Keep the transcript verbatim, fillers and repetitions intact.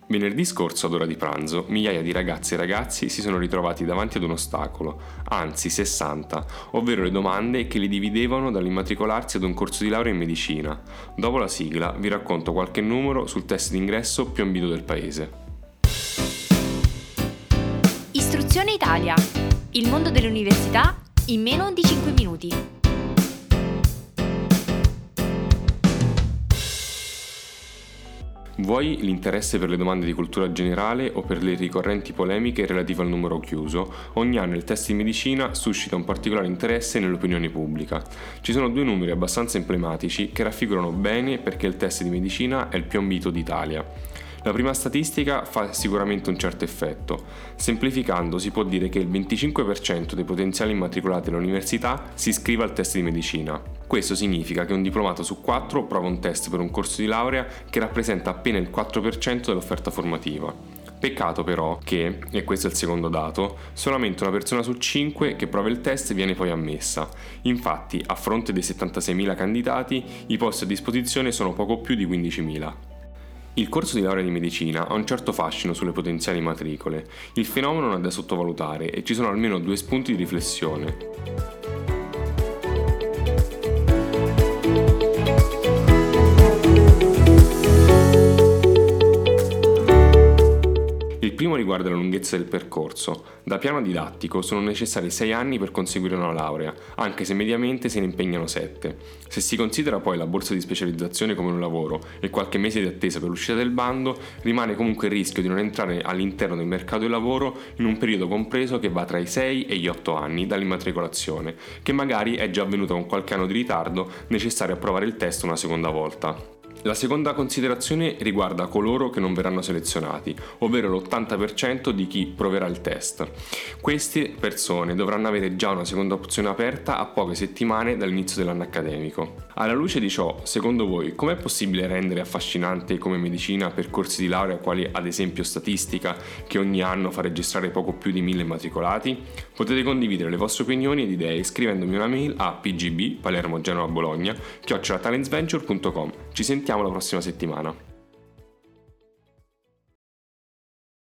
Venerdì scorso ad ora di pranzo migliaia di ragazze e ragazzi si sono ritrovati davanti ad un ostacolo, anzi sessanta, ovvero le domande che li dividevano dall'immatricolarsi ad un corso di laurea in medicina. Dopo la sigla vi racconto qualche numero sul test d'ingresso più ambito del paese. Istruzione Italia. Il mondo dell'università in meno di cinque minuti. Vuoi l'interesse per le domande di cultura generale o per le ricorrenti polemiche relative al numero chiuso, ogni anno il test di medicina suscita un particolare interesse nell'opinione pubblica. Ci sono due numeri abbastanza emblematici che raffigurano bene perché il test di medicina è il più ambito d'Italia. La prima statistica fa sicuramente un certo effetto. Semplificando si può dire che il venticinque per cento dei potenziali immatricolati all'università si iscrive al test di medicina. Questo significa che un diplomato su quattro prova un test per un corso di laurea che rappresenta appena il quattro per cento dell'offerta formativa. Peccato però che, e questo è il secondo dato, solamente una persona su cinque che prova il test viene poi ammessa. Infatti, a fronte dei settantaseimila candidati, i posti a disposizione sono poco più di quindicimila. Il corso di laurea di medicina ha un certo fascino sulle potenziali matricole. Il fenomeno non è da sottovalutare e ci sono almeno due spunti di riflessione. Il primo riguarda la lunghezza del percorso. Da piano didattico sono necessari sei anni per conseguire una laurea, anche se mediamente se ne impegnano sette. Se si considera poi la borsa di specializzazione come un lavoro e qualche mese di attesa per l'uscita del bando, rimane comunque il rischio di non entrare all'interno del mercato del lavoro in un periodo compreso che va tra i sei e gli otto anni dall'immatricolazione, che magari è già avvenuta con qualche anno di ritardo necessario a provare il test una seconda volta. La seconda considerazione riguarda coloro che non verranno selezionati, ovvero l'ottanta per cento di chi proverà il test. Queste persone dovranno avere già una seconda opzione aperta a poche settimane dall'inizio dell'anno accademico. Alla luce di ciò, secondo voi, com'è possibile rendere affascinante come medicina percorsi di laurea quali ad esempio statistica, che ogni anno fa registrare poco più di mille immatricolati? Potete condividere le vostre opinioni ed idee scrivendomi una mail a p g b palermo genova bologna chiocciola talentsventure punto com. Ci sentiamo la prossima settimana.